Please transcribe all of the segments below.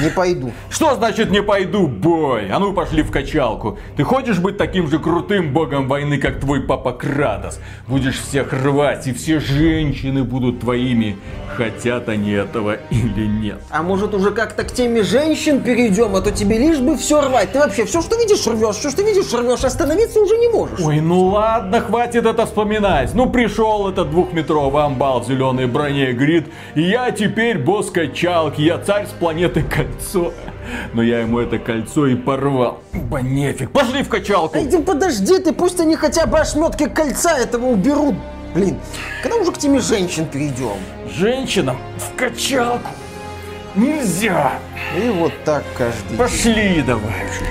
Не пойду. Что значит не пойду, бой? А ну пошли в качалку. Ты хочешь быть таким же крутым богом войны, как твой папа Кратос? Будешь всех рвать, и все женщины будут твоими. Хотят они этого или нет? А может уже как-то к теме женщин перейдем, а то тебе лишь бы все рвать. Ты вообще все, что видишь, рвешь, все, что видишь, рвешь, остановиться уже не можешь. Ой, ну ладно, хватит это вспоминать. Ну пришел этот двухметровый амбал в зеленой броне и говорит: я теперь босс качалки, я царь с планеты Кольцо. Но я ему это кольцо и порвал. Ба нефиг, пошли в качалку. Эй, ты подожди ты, пусть они хотя бы ошметки кольца этого уберут. Блин, когда уже к теме женщин перейдем? Женщинам в качалку нельзя. И вот так каждый Пошли давай.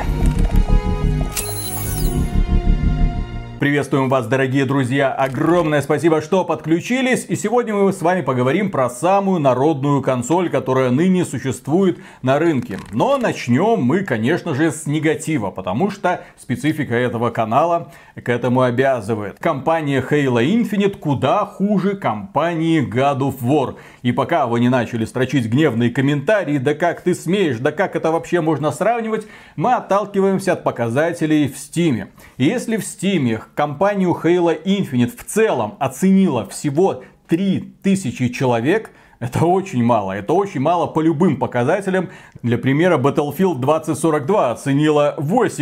Приветствуем вас, дорогие друзья. Огромное спасибо, что подключились. И сегодня мы с вами поговорим про самую народную консоль, которая ныне существует на рынке. Но начнем мы, конечно же, с негатива, потому что специфика этого канала к этому обязывает. Компания Halo Infinite куда хуже компании God of War. И пока вы не начали строчить гневные комментарии, да как ты смеешь, да как это вообще можно сравнивать, мы отталкиваемся от показателей в Steam. И если в Steam компанию Halo Infinite в целом оценило всего 3000 человек, это очень мало. Это очень мало по любым показателям. Для примера, Battlefield 2042 оценила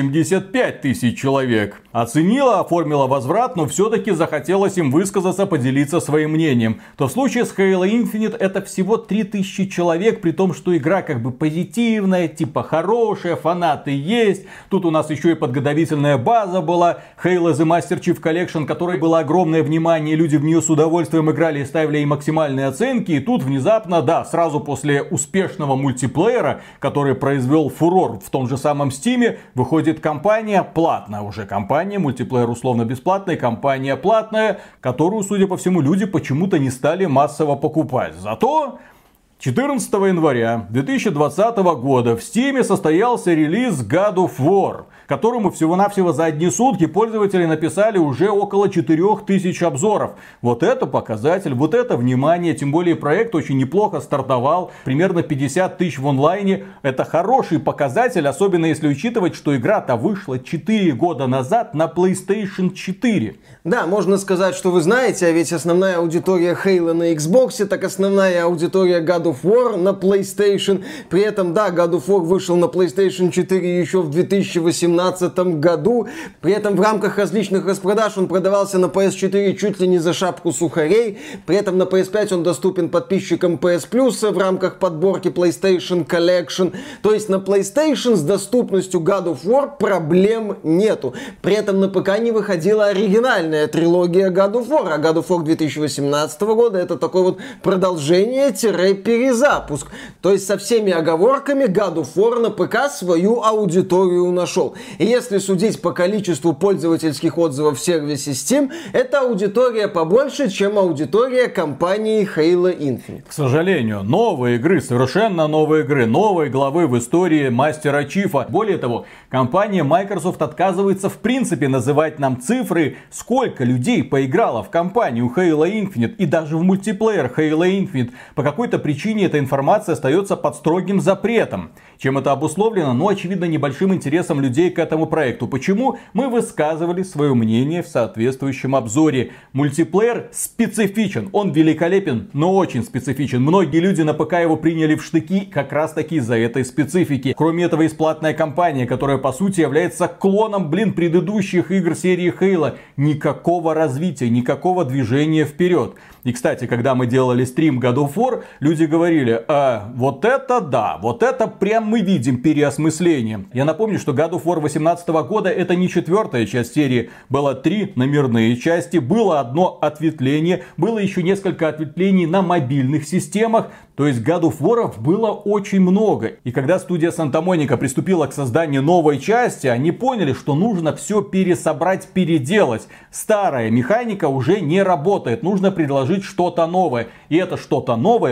85 тысяч человек. Оценила, оформила возврат, но все-таки захотелось им высказаться, поделиться своим мнением. То в случае с Halo Infinite это всего 3000 человек, при том, что игра как бы позитивная, типа хорошая, фанаты есть. Тут у нас еще и подготовительная база была, Halo The Master Chief Collection, которой было огромное внимание, люди в нее с удовольствием играли и ставили ей максимальные оценки. И тут внезапно, да, сразу после успешного мультиплеера, который произвел фурор в том же самом Steam, выходит компания, платная уже компания, мультиплеер условно бесплатный, компания платная, которую, судя по всему, люди почему-то не стали массово покупать. Зато 14 января 2020 года в Steam состоялся релиз God of War, которому всего-навсего за одни сутки пользователи написали уже около 4000 обзоров. Вот это показатель, вот это внимание, тем более проект очень неплохо стартовал, примерно 50 тысяч в онлайне. Это хороший показатель, особенно если учитывать, что игра-то вышла 4 года назад на PlayStation 4. Да, можно сказать, что вы знаете, а ведь основная аудитория Halo на Xbox, так основная аудитория God of War на PlayStation. При этом, да, God of War вышел на PlayStation 4 еще в 2018 году. При этом в рамках различных распродаж он продавался на PS4 чуть ли не за шапку сухарей. При этом на PS5 он доступен подписчикам PS Plus в рамках подборки PlayStation Collection. То есть на PlayStation с доступностью God of War проблем нету. При этом на ПК не выходила оригинальная трилогия God of War. А God of War 2018 года это такое вот продолжение-перезапуск. То есть со всеми оговорками God of War на ПК свою аудиторию нашел. И если судить по количеству пользовательских отзывов в сервисе Steam, эта аудитория побольше, чем аудитория компании Halo Infinite. К сожалению, новые игры, совершенно новые игры, новые главы в истории Мастера Чифа. Более того, компания Microsoft отказывается в принципе называть нам цифры, сколько людей поиграло в компанию Halo Infinite и даже в мультиплеер Halo Infinite. По какой-то причине эта информация остается под строгим запретом. Чем это обусловлено? Ну, очевидно, небольшим интересом людей к этому проекту. Почему? Мы высказывали свое мнение в соответствующем обзоре. Мультиплеер специфичен, он великолепен, но очень специфичен. Многие люди на ПК его приняли в штыки как раз таки из-за этой специфики. Кроме этого, есть платная кампания, которая по сути является клоном, предыдущих игр серии Halo. Никакого развития, никакого движения вперед. И, кстати, когда мы делали стрим God of War, люди говорили: вот это да, вот это прям мы видим переосмысление. Я напомню, что God of War 2018 года это не 4-я часть серии. Было 3 номерные части, было одно ответвление, было еще несколько ответвлений на мобильных системах. То есть God of War было очень много. И когда студия Santa Monica приступила к созданию новой части, они поняли, что нужно все пересобрать, переделать. Старая механика уже не работает, нужно предложить что-то новое. И это что-то новое прекрасно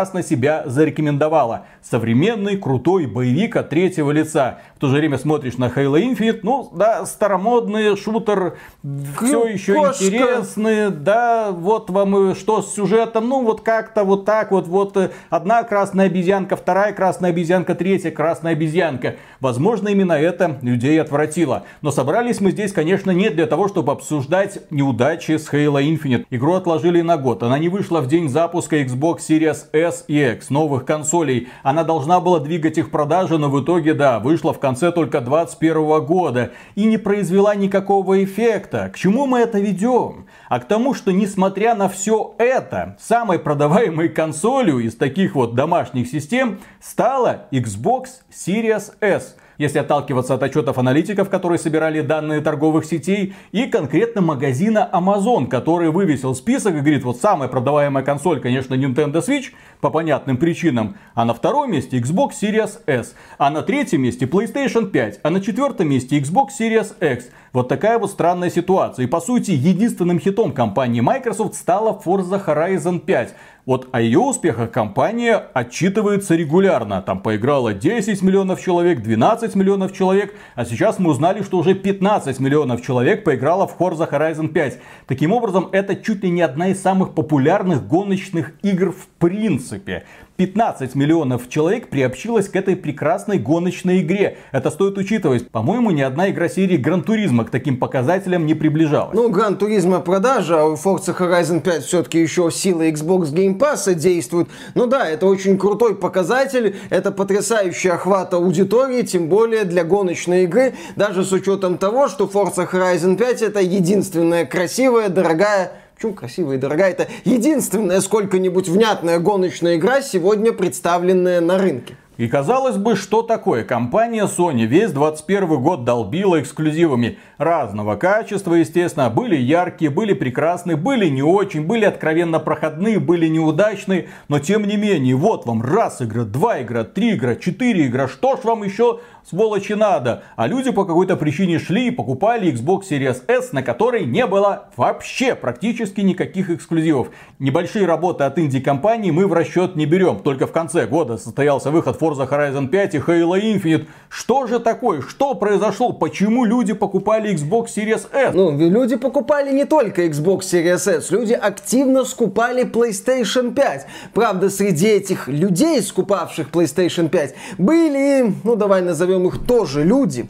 прекрасно себя зарекомендовала. Современный, крутой боевик от третьего лица. В то же время смотришь на Halo Infinite, ну да, старомодный шутер, все еще интересный, да, вот вам и что с сюжетом, ну вот как-то вот так вот одна красная обезьянка, вторая красная обезьянка, третья красная обезьянка. Возможно, именно это людей отвратило. Но собрались мы здесь, конечно, не для того, чтобы обсуждать неудачи с Halo Infinite. Игру отложили на год. Она не вышла в день запуска Xbox Series S и X, новых консолей. Она должна была двигать их продажи, но в итоге, да, вышла в конце только 2021 года. И не произвела никакого эффекта. К чему мы это ведем? А к тому, что несмотря на все это, самой продаваемой консолью из таких вот домашних систем стала Xbox Series S. Если отталкиваться от отчетов аналитиков, которые собирали данные торговых сетей, и конкретно магазина Amazon, который вывесил список и говорит, вот самая продаваемая консоль, конечно, Nintendo Switch, по понятным причинам, а на втором месте Xbox Series S, а на третьем месте PlayStation 5, а на четвертом месте Xbox Series X. Вот такая вот странная ситуация. И по сути, единственным хитом компании Microsoft стала Forza Horizon 5. Вот о ее успехах компания отчитывается регулярно. Там поиграло 10 миллионов человек, 12 миллионов человек. А сейчас мы узнали, что уже 15 миллионов человек поиграло в Forza Horizon 5. Таким образом, это чуть ли не одна из самых популярных гоночных игр в принципе. 15 миллионов человек приобщилось к этой прекрасной гоночной игре. Это стоит учитывать. По-моему, ни одна игра серии Gran Turismo к таким показателям не приближалась. Ну, Gran Turismo продажа, а у Forza Horizon 5 все-таки еще сила Xbox Game Pass действует. Ну да, это очень крутой показатель. Это потрясающий охват аудитории, тем более для гоночной игры. Даже с учетом того, что Forza Horizon 5 это единственная красивая, дорогая... Почему красивая и дорогая? Это единственная сколько-нибудь внятная гоночная игра, сегодня представленная на рынке. И казалось бы, что такое? Компания Sony весь 21 год долбила эксклюзивами разного качества, естественно. Были яркие, были прекрасные, были не очень, были откровенно проходные, были неудачные. Но тем не менее, вот вам раз игра, два игра, три игра, четыре игра. Что ж вам еще, сволочи, надо? А люди по какой-то причине шли и покупали Xbox Series S, на которой не было вообще практически никаких эксклюзивов. Небольшие работы от инди-компаний мы в расчет не берем. Только в конце года состоялся выход Forza Horizon 5 и Halo Infinite. Что же такое? Что произошло? Почему люди покупали Xbox Series S? Ну, люди покупали не только Xbox Series S. Люди активно скупали PlayStation 5. Правда, среди этих людей, скупавших PlayStation 5, были, ну давай назовем их тоже люди,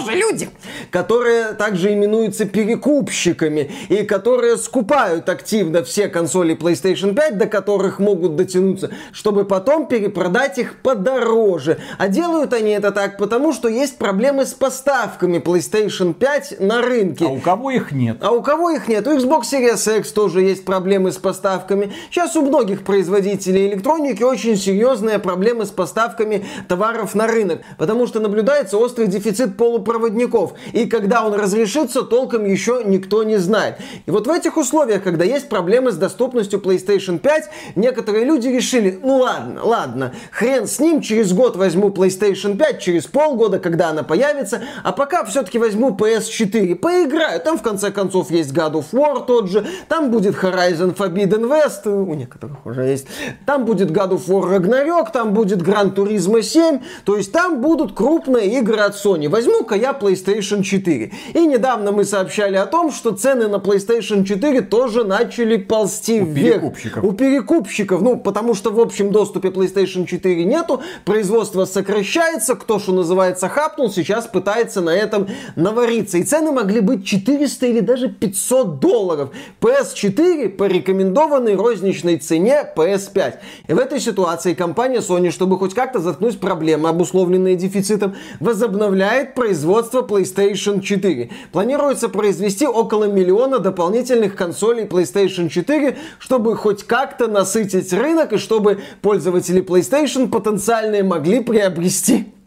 которые также именуются перекупщиками и которые скупают активно все консоли PlayStation 5, до которых могут дотянуться, чтобы потом перепродать их подороже. А делают они это так, потому что есть проблемы с поставками PlayStation 5 на рынке. А у кого их нет? У Xbox Series X тоже есть проблемы с поставками. Сейчас у многих производителей электроники очень серьезные проблемы с поставками товаров на рынок, потому что наблюдается острый дефицит полупроводников. И когда он разрешится, толком еще никто не знает. И вот в этих условиях, когда есть проблемы с доступностью PlayStation 5, некоторые люди решили, ну ладно, хрен с ним, через год возьму PlayStation 5, через полгода, когда она появится, а пока все-таки возьму PS4, поиграю. Там в конце концов есть God of War тот же, там будет Horizon Forbidden West, у некоторых уже есть, там будет God of War Ragnarok, там будет Gran Turismo 7, то есть там будут крупные игры от Sony. Возьму-ка я PlayStation 4. И недавно мы сообщали о том, что цены на PlayStation 4 тоже начали ползти вверх. У перекупщиков. Ну, потому что в общем доступе PlayStation 4 нету, производство сокращается, кто, что называется, хапнул, сейчас пытается на этом навариться. И цены могли быть 400 или даже $500. PS4 по рекомендованной розничной цене PS5. И в этой ситуации компания Sony, чтобы хоть как-то заткнуть проблемы, обусловленные дефицитом, возобновляет производство PlayStation 4. Планируется произвести около 1 миллиона дополнительных консолей PlayStation 4, чтобы хоть как-то насытить рынок и чтобы пользователи PlayStation потенциальные могли приобрести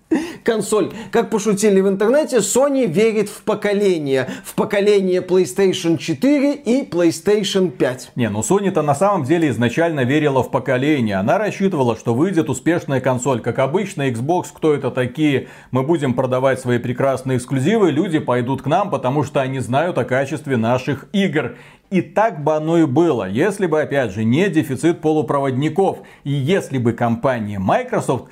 консоль. Как пошутили в интернете, Sony верит в поколение PlayStation 4 и PlayStation 5. Не, ну Sony-то на самом деле изначально верила в поколение. Она рассчитывала, что выйдет успешная консоль. Как обычно, Xbox, кто это такие? Мы будем продавать свои прекрасные эксклюзивы, люди пойдут к нам, потому что они знают о качестве наших игр. И так бы оно и было, если бы, опять же, не дефицит полупроводников. И если бы компания Microsoft,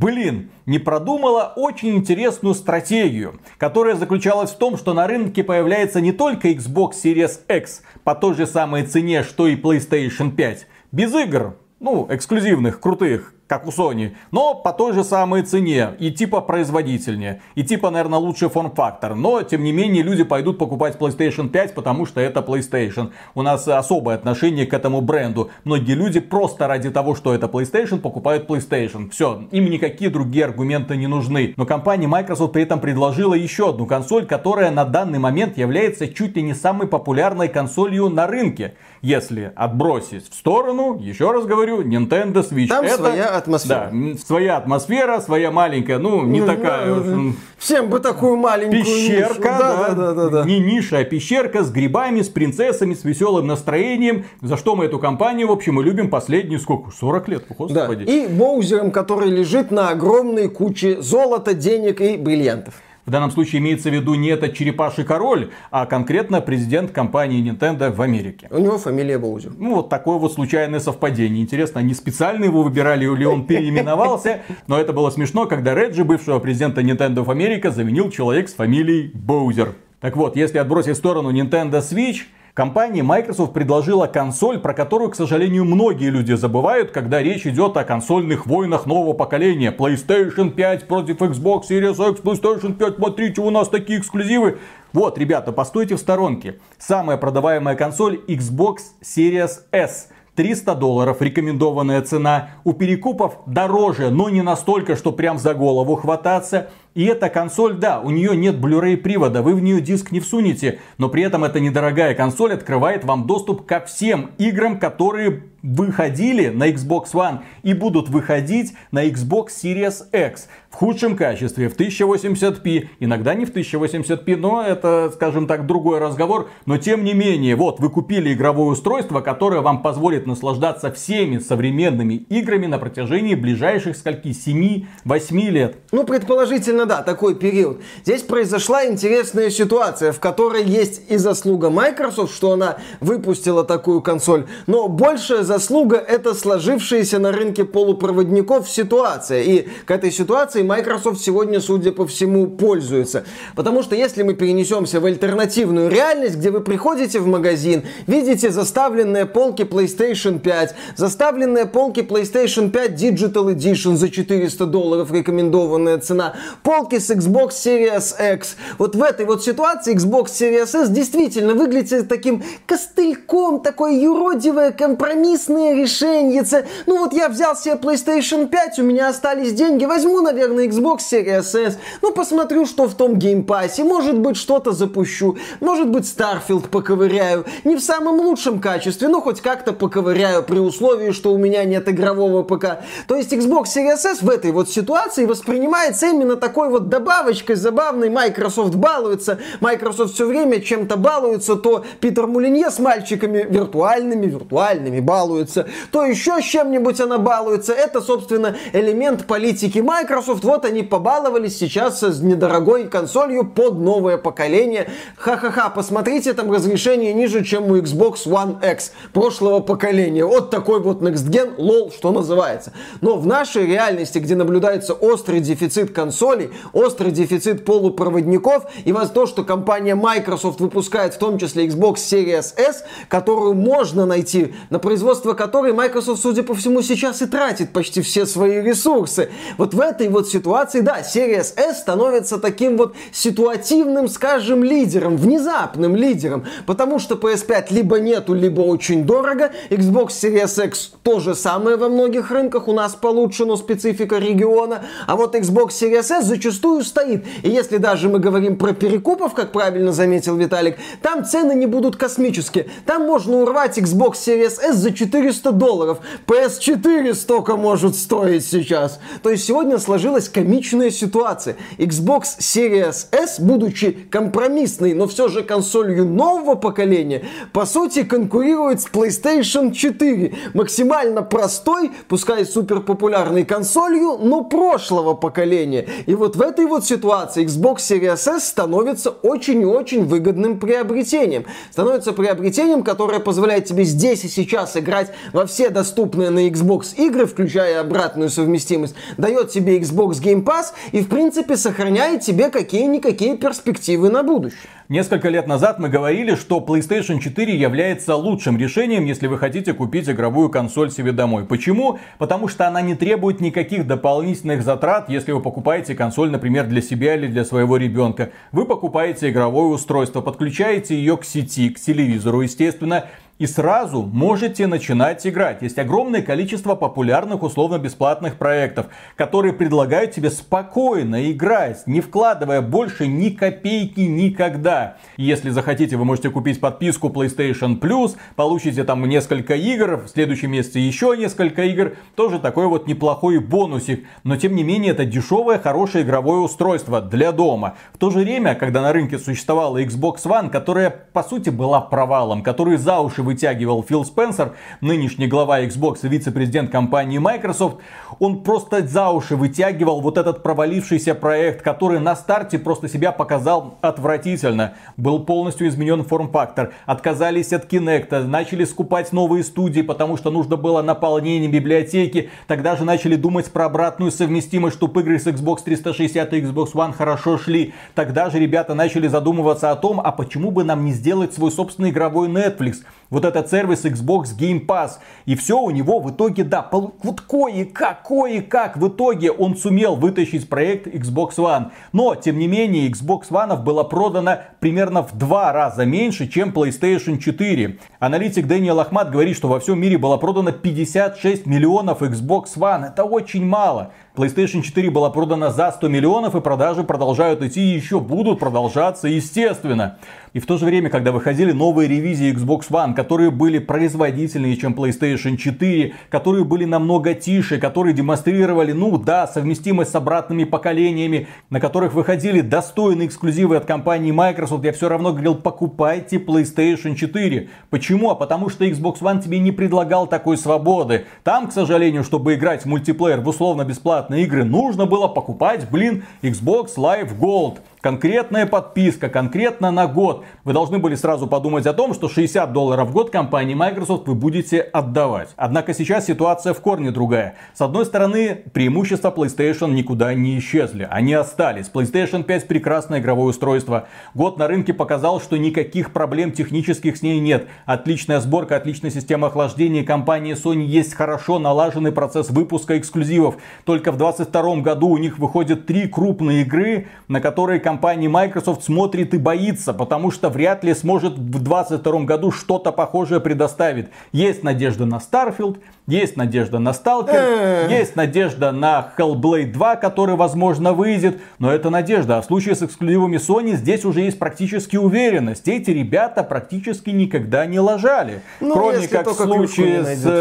не продумала очень интересную стратегию, которая заключалась в том, что на рынке появляется не только Xbox Series X по той же самой цене, что и PlayStation 5, без игр, эксклюзивных, крутых, как у Sony, но по той же самой цене и типа производительнее, и типа, наверное, лучший форм-фактор. Но, тем не менее, люди пойдут покупать PlayStation 5, потому что это PlayStation. У нас особое отношение к этому бренду. Многие люди просто ради того, что это PlayStation, покупают PlayStation. Все, им никакие другие аргументы не нужны. Но компания Microsoft при этом предложила еще одну консоль, которая на данный момент является чуть ли не самой популярной консолью на рынке. Если отбросить в сторону, еще раз говорю, Nintendo Switch. Там своя атмосфера. Да, своя атмосфера, своя маленькая, не такая... Всем бы такую маленькую пещерка, нишу. Да. Не ниша, а пещерка с грибами, с принцессами, с веселым настроением. За что мы эту компанию, в общем, мы любим последние 40 лет, господи. Да. И Боузером, который лежит на огромной куче золота, денег и бриллиантов. В данном случае имеется в виду не этот черепаший король, а конкретно президент компании Nintendo в Америке. У него фамилия Боузер. Вот такое вот случайное совпадение. Интересно, они специально его выбирали или он переименовался? Но это было смешно, когда Реджи, бывшего президента Nintendo в Америке, заменил человек с фамилией Боузер. Так вот, если отбросить в сторону Nintendo Switch, компания Microsoft предложила консоль, про которую, к сожалению, многие люди забывают, когда речь идет о консольных войнах нового поколения. PlayStation 5 против Xbox Series X, PlayStation 5, смотрите, у нас такие эксклюзивы. Вот, ребята, постойте в сторонке. Самая продаваемая консоль Xbox Series S. $300 рекомендованная цена. У перекупов дороже, но не настолько, что прям за голову хвататься. И эта консоль, да, у нее нет Blu-ray привода, вы в нее диск не всунете, но при этом эта недорогая консоль открывает вам доступ ко всем играм, которые выходили на Xbox One и будут выходить на Xbox Series X в худшем качестве, в 1080p, иногда не в 1080p, но это, скажем так, другой разговор, но тем не менее, вот вы купили игровое устройство, которое вам позволит наслаждаться всеми современными играми на протяжении ближайших 7-8 лет. Предположительно, да, такой период. Здесь произошла интересная ситуация, в которой есть и заслуга Microsoft, что она выпустила такую консоль, но большая заслуга это сложившаяся на рынке полупроводников ситуация. И к этой ситуации Microsoft сегодня, судя по всему, пользуется. Потому что если мы перенесемся в альтернативную реальность, где вы приходите в магазин, видите заставленные полки PlayStation 5, заставленные полки PlayStation 5 Digital Edition за $400 рекомендованная цена, полки с Xbox Series X. Вот в этой вот ситуации Xbox Series S действительно выглядит таким костыльком, такое юродивое компромиссное решение. Я взял себе PlayStation 5, у меня остались деньги, возьму, наверное, Xbox Series S, посмотрю, что в том геймпассе, может быть, что-то запущу, может быть, Starfield поковыряю, не в самом лучшем качестве, но хоть как-то поковыряю при условии, что у меня нет игрового ПК. То есть Xbox Series S в этой вот ситуации воспринимается именно такой вот добавочкой забавной. Microsoft балуется, Microsoft все время чем-то балуется, то Питер Мулинье с мальчиками виртуальными балуется, то еще с чем-нибудь она балуется. Это, собственно, элемент политики Microsoft. Вот они побаловались сейчас с недорогой консолью под новое поколение. Ха-ха-ха, посмотрите, там разрешение ниже, чем у Xbox One X прошлого поколения. Вот такой вот Next Gen, лол, что называется. Но в нашей реальности, где наблюдается острый дефицит консолей, острый дефицит полупроводников, и то, что компания Microsoft выпускает в том числе Xbox Series S, которую можно найти, на производство которой Microsoft, судя по всему, сейчас и тратит почти все свои ресурсы. Вот в этой вот ситуации, да, Series S становится таким вот ситуативным, скажем, лидером, внезапным лидером, потому что PS5 либо нету, либо очень дорого, Xbox Series X то же самое во многих рынках, у нас получше, но специфика региона, а вот Xbox Series S за зачастую стоит. И если даже мы говорим про перекупов, как правильно заметил Виталик, там цены не будут космические. Там можно урвать Xbox Series S за $400. PS4 столько может стоить сейчас. То есть сегодня сложилась комичная ситуация. Xbox Series S, будучи компромиссной, но все же консолью нового поколения, по сути конкурирует с PlayStation 4. Максимально простой, пускай супер популярной консолью, но прошлого поколения. И вот в этой вот ситуации Xbox Series S становится очень и очень выгодным приобретением. Становится приобретением, которое позволяет тебе здесь и сейчас играть во все доступные на Xbox игры, включая обратную совместимость, дает тебе Xbox Game Pass и, в принципе, сохраняет тебе какие-никакие перспективы на будущее. Несколько лет назад мы говорили, что PlayStation 4 является лучшим решением, если вы хотите купить игровую консоль себе домой. Почему? Потому что она не требует никаких дополнительных затрат, если вы покупаете консоль, например, для себя или для своего ребенка. Вы покупаете игровое устройство, подключаете ее к сети, к телевизору, естественно, и сразу можете начинать играть. Есть огромное количество популярных условно-бесплатных проектов, которые предлагают тебе спокойно играть, не вкладывая больше ни копейки никогда. И если захотите, вы можете купить подписку PlayStation Plus, получите там несколько игр, в следующем месяце еще несколько игр, тоже такой вот неплохой бонусик. Но тем не менее это дешевое, хорошее игровое устройство для дома. В то же время, когда на рынке существовала Xbox One, которая по сути была провалом, который за уши вытягивал Фил Спенсер, нынешний глава Xbox и вице-президент компании Microsoft, он просто за уши вытягивал вот этот провалившийся проект, который на старте просто себя показал отвратительно. Был полностью изменен форм-фактор, отказались от Kinect, начали скупать новые студии, потому что нужно было наполнение библиотеки, тогда же начали думать про обратную совместимость, чтобы игры с Xbox 360 и Xbox One хорошо шли. Тогда же ребята начали задумываться о том, а почему бы нам не сделать свой собственный игровой Netflix. Вот этот сервис Xbox Game Pass. И все у него в итоге, да, вот кое-как в итоге он сумел вытащить проект Xbox One. Но, тем не менее, Xbox One было продано примерно в 2 раза меньше, чем PlayStation 4. Аналитик Дэниел Ахмад говорит, что во всем мире было продано 56 миллионов Xbox One. Это очень мало. PlayStation 4 была продана за 100 миллионов, и продажи продолжают идти и еще будут продолжаться, естественно. И в то же время, когда выходили новые ревизии Xbox One, которые были производительнее, чем PlayStation 4, которые были намного тише, которые демонстрировали, ну да, совместимость с обратными поколениями, на которых выходили достойные эксклюзивы от компании Microsoft, я все равно говорил, покупайте PlayStation 4. Почему? А потому что Xbox One тебе не предлагал такой свободы. Там, к сожалению, чтобы играть в мультиплеер в условно-бесплатные игры, нужно было покупать, Xbox Live Gold. Конкретная подписка, конкретно на год. Вы должны были сразу подумать о том, что $60 в год компании Microsoft вы будете отдавать. Однако сейчас ситуация в корне другая. С одной стороны, преимущества PlayStation никуда не исчезли. Они остались. PlayStation 5 прекрасное игровое устройство. Год на рынке показал, что никаких проблем технических с ней нет. Отличная сборка, отличная система охлаждения. Компании Sony есть хорошо налаженный процесс выпуска эксклюзивов. Только в 2022 году у них выходят 3 крупные игры, на которые компания Microsoft смотрит и боится, потому что вряд ли сможет в 2022 году что-то похожее предоставить. Есть надежда на Starfield, есть надежда на Stalker, есть надежда на Hellblade 2, который, возможно, выйдет, но это надежда. А в случае с эксклюзивами Sony здесь уже есть практически уверенность. Эти ребята практически никогда не лажали. Кроме как в случае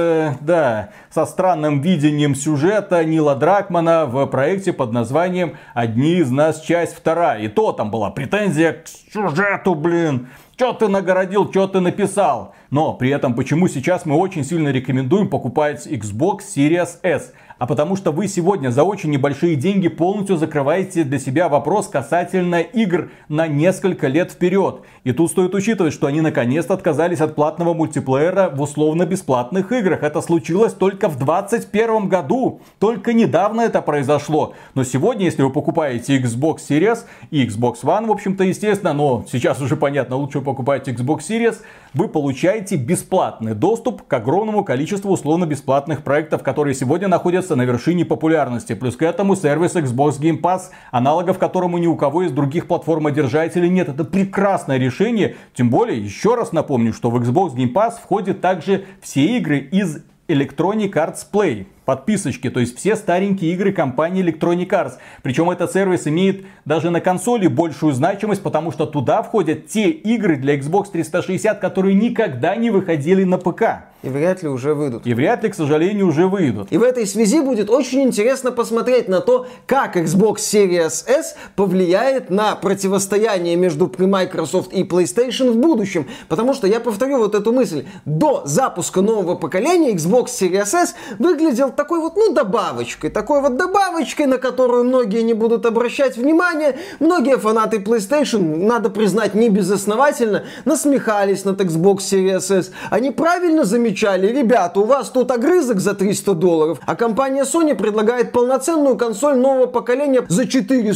со странным видением сюжета Нила Дракмана в проекте под названием «Одни из нас. Часть 2». И то там была претензия к сюжету, Что ты нагородил, что ты написал? Но при этом почему сейчас мы очень сильно рекомендуем покупать Xbox Series S? А потому что вы сегодня за очень небольшие деньги полностью закрываете для себя вопрос касательно игр на несколько лет вперед. И тут стоит учитывать, что они наконец-то отказались от платного мультиплеера в условно-бесплатных играх. Это случилось только в 2021 году. Только недавно это произошло. Но сегодня, если вы покупаете Xbox Series и Xbox One, в общем-то, естественно, но сейчас уже понятно, лучше вы покупаете Xbox Series, вы получаете бесплатный доступ к огромному количеству условно-бесплатных проектов, которые сегодня находятся на вершине популярности. Плюс к этому сервис Xbox Game Pass, аналогов которому ни у кого из других платформодержателей нет. Это прекрасное решение. Тем более, еще раз напомню, что в Xbox Game Pass входят также все игры из Electronic Arts Play. подписочки, то есть все старенькие игры компании Electronic Arts. Причем этот сервис имеет даже на консоли большую значимость, потому что туда входят те игры для Xbox 360, которые никогда не выходили на ПК. И вряд ли уже выйдут. И вряд ли, к сожалению, уже выйдут. И в этой связи будет очень интересно посмотреть на то, как Xbox Series S повлияет на противостояние между Microsoft и PlayStation в будущем. Потому что, я повторю вот эту мысль, до запуска нового поколения Xbox Series S выглядел такой вот, добавочкой. Такой вот добавочкой, на которую многие не будут обращать внимания. Многие фанаты PlayStation, надо признать, не безосновательно, насмехались над Xbox Series S. Они правильно замечали, ребята, у вас тут огрызок за $300, а компания Sony предлагает полноценную консоль нового поколения за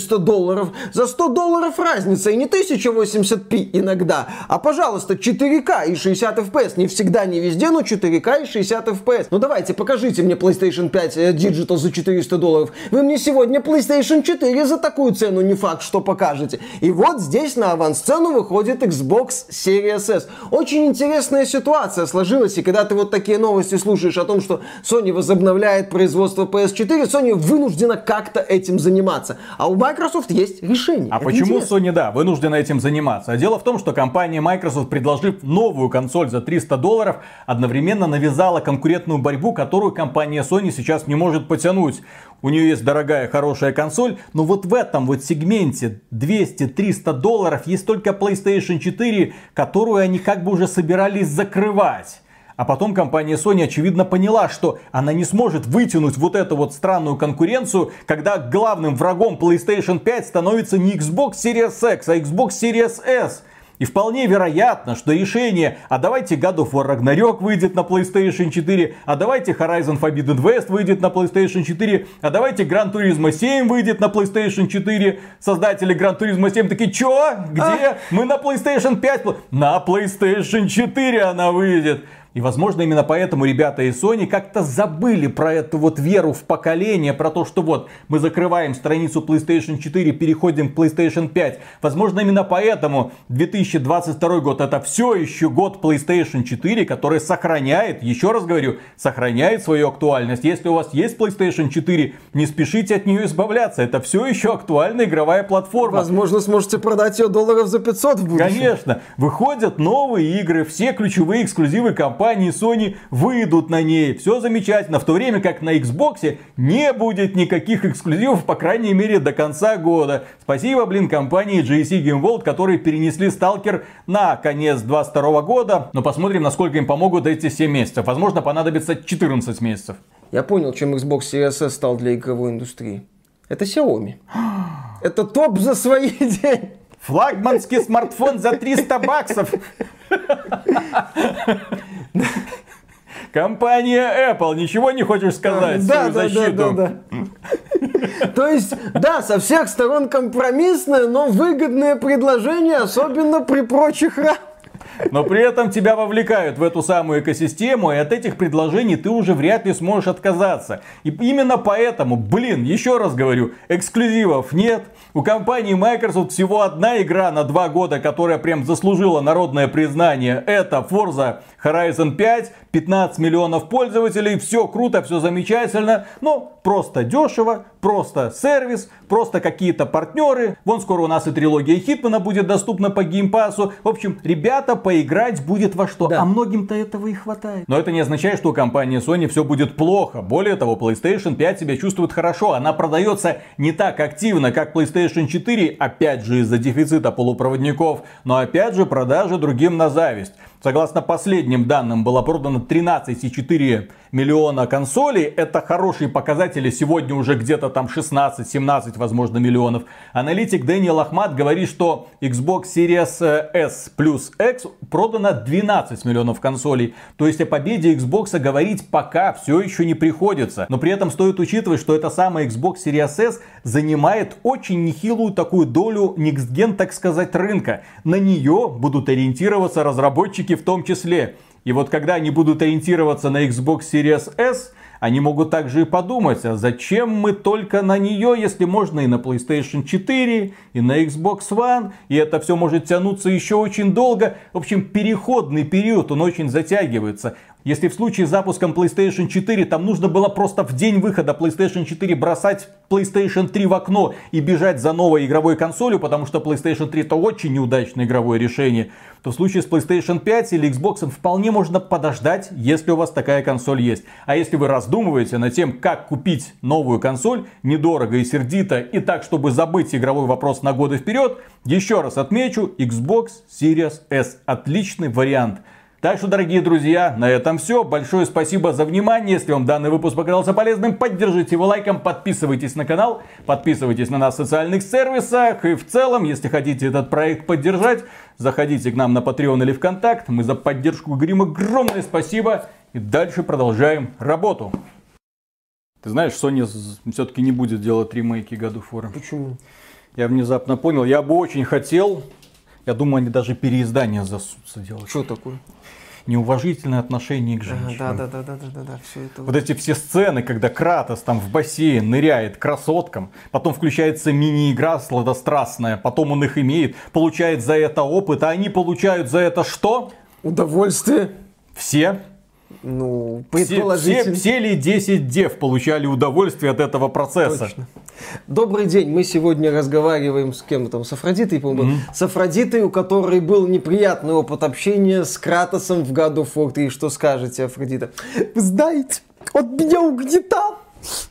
$400. За $100 разница, и не 1080p иногда, а, пожалуйста, 4К и 60 FPS. Не всегда, не везде, но 4К и 60 FPS. Ну давайте, покажите мне PlayStation 5 Digital за $400. Вы мне сегодня PlayStation 4 за такую цену не факт, что покажете. И вот здесь на авансцену выходит Xbox Series S. Очень интересная ситуация сложилась, и когда ты вот такие новости слушаешь о том, что Sony возобновляет производство PS4, Sony вынуждена как-то этим заниматься. А у Microsoft есть решение. А почему Sony, вынуждена этим заниматься? Дело в том, что компания Microsoft, предложив новую консоль за $300, одновременно навязала конкурентную борьбу, которую компания Sony сейчас не может потянуть. У нее есть дорогая, хорошая консоль, но вот в этом вот сегменте $200-300 есть только PlayStation 4, которую они как бы уже собирались закрывать. А потом компания Sony, очевидно, поняла, что она не сможет вытянуть вот эту вот странную конкуренцию, когда главным врагом PlayStation 5 становится не Xbox Series X, а Xbox Series S. И вполне вероятно, что решение, а давайте God of War Ragnarok выйдет на PlayStation 4, а давайте Horizon Forbidden West выйдет на PlayStation 4, а давайте Gran Turismo 7 выйдет на PlayStation 4. Создатели Gran Turismo 7 такие, чё? Где? Мы на PlayStation 5? На PlayStation 4 она выйдет. И, возможно, именно поэтому ребята из Sony как-то забыли про эту вот веру в поколение, про то, что вот мы закрываем страницу PlayStation 4, переходим к PlayStation 5. Возможно, именно поэтому 2022 год это все еще год PlayStation 4, который сохраняет, еще раз говорю, сохраняет свою актуальность. Если у вас есть PlayStation 4, не спешите от нее избавляться. Это все еще актуальная игровая платформа. Возможно, сможете продать ее $500 в будущем. Конечно. Выходят новые игры, все ключевые эксклюзивы компании Sony выйдут на ней. Все замечательно. В то время как на Xbox не будет никаких эксклюзивов, по крайней мере, до конца года. Спасибо, компании GSC Game World, которые перенесли Stalker на конец 2022 года. Но посмотрим, насколько им помогут эти 7 месяцев. Возможно, понадобится 14 месяцев. Я понял, чем Xbox Series S стал для игровой индустрии. Это Xiaomi. Это топ за свои деньги. Флагманский смартфон за $300. Компания Apple, ничего не хочешь сказать в свою защиту? Да. То есть, да, со всех сторон компромиссное, но выгодное предложение, особенно при прочих равных. Но при этом тебя вовлекают в эту самую экосистему, и от этих предложений ты уже вряд ли сможешь отказаться. И именно поэтому, еще раз говорю, эксклюзивов нет. У компании Microsoft всего одна игра на 2 года, которая прям заслужила народное признание. Это Forza Horizon 5, 15 миллионов пользователей, все круто, все замечательно, но просто дешево, просто сервис, просто какие-то партнеры. Вон скоро у нас и трилогия Хитмана будет доступна по геймпасу. В общем, ребята, поиграть будет во что. Да. А многим-то этого и хватает. Но это не означает, что у компании Sony все будет плохо. Более того, PlayStation 5 себя чувствует хорошо. Она продается не так активно, как PlayStation 4, опять же из-за дефицита полупроводников, но опять же продажи другим на зависть. Согласно последним данным, было продано 13,4 миллиона консолей. Это хорошие показатели. Сегодня уже где-то там 16-17, возможно, миллионов. Аналитик Дэниел Ахмад говорит, что Xbox Series S плюс X продано 12 миллионов консолей. То есть о победе Xbox говорить пока все еще не приходится. Но при этом стоит учитывать, что эта самая Xbox Series S занимает очень нехилую такую долю Next Gen, так сказать, рынка. На нее будут ориентироваться разработчики в том числе. И вот когда они будут ориентироваться на Xbox Series S, Они могут также и подумать, а зачем мы только на нее, если можно и на PlayStation 4, и на Xbox One, и это все может тянуться еще очень долго. В общем, переходный период, он очень затягивается. Если в случае с запуском PlayStation 4 там нужно было просто в день выхода PlayStation 4 бросать PlayStation 3 в окно и бежать за новой игровой консолью, потому что PlayStation 3 это очень неудачное игровое решение, то в случае с PlayStation 5 или Xbox вполне можно подождать, если у вас такая консоль есть. А если вы раздумываете над тем, как купить новую консоль недорого и сердито, и так, чтобы забыть игровой вопрос на годы вперед, еще раз отмечу, Xbox Series S отличный вариант. Так что, дорогие друзья, на этом все. Большое спасибо за внимание. Если вам данный выпуск показался полезным, поддержите его лайком, подписывайтесь на канал, подписывайтесь на нас в социальных сервисах. И в целом, если хотите этот проект поддержать, заходите к нам на Patreon или ВКонтакт. Мы за поддержку говорим огромное спасибо. И дальше продолжаем работу. Ты знаешь, Sony все-таки не будет делать ремейки God of War. Почему? Я внезапно понял. Я бы очень хотел. Я думаю, они даже переиздание засутся делать. Что такое? Неуважительное отношение к женщинам. Да, все это. Вот эти все сцены, когда Кратос там в бассейн ныряет к красоткам, потом включается мини-игра сладострастная, потом он их имеет, получает за это опыт, а они получают за это что? Удовольствие. Все. Ну, предположительно. Все ли 10 дев получали удовольствие от этого процесса? Точно. Добрый день, мы сегодня разговариваем с кем там, с Афродитой, по-моему. С Афродитой, у которой был неприятный опыт общения с Кратосом в God of War 3. Что скажете, Афродита? Вы знаете, он меня угнетал.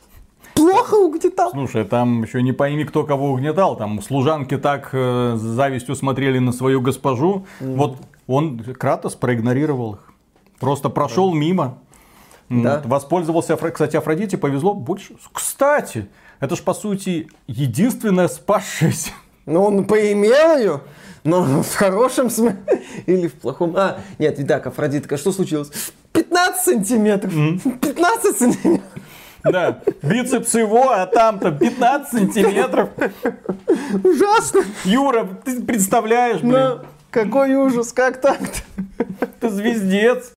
Плохо угнетал. Слушай, там еще не пойми, кто кого угнетал. Там служанки так с завистью смотрели на свою госпожу. Вот Кратос проигнорировал их. Просто прошел мимо. Да. Воспользовался, кстати, Афродите повезло больше. Кстати, это ж по сути единственная спасшаяся. Ну, он поимел ее, но в хорошем смысле или в плохом. Нет, так, Афродитка, что случилось? 15 сантиметров. 15 сантиметров. Да, бицепс его, а там-то 15 сантиметров. Ужасно. Юра, ты представляешь, блин. Какой ужас, как так-то? Ты звездец.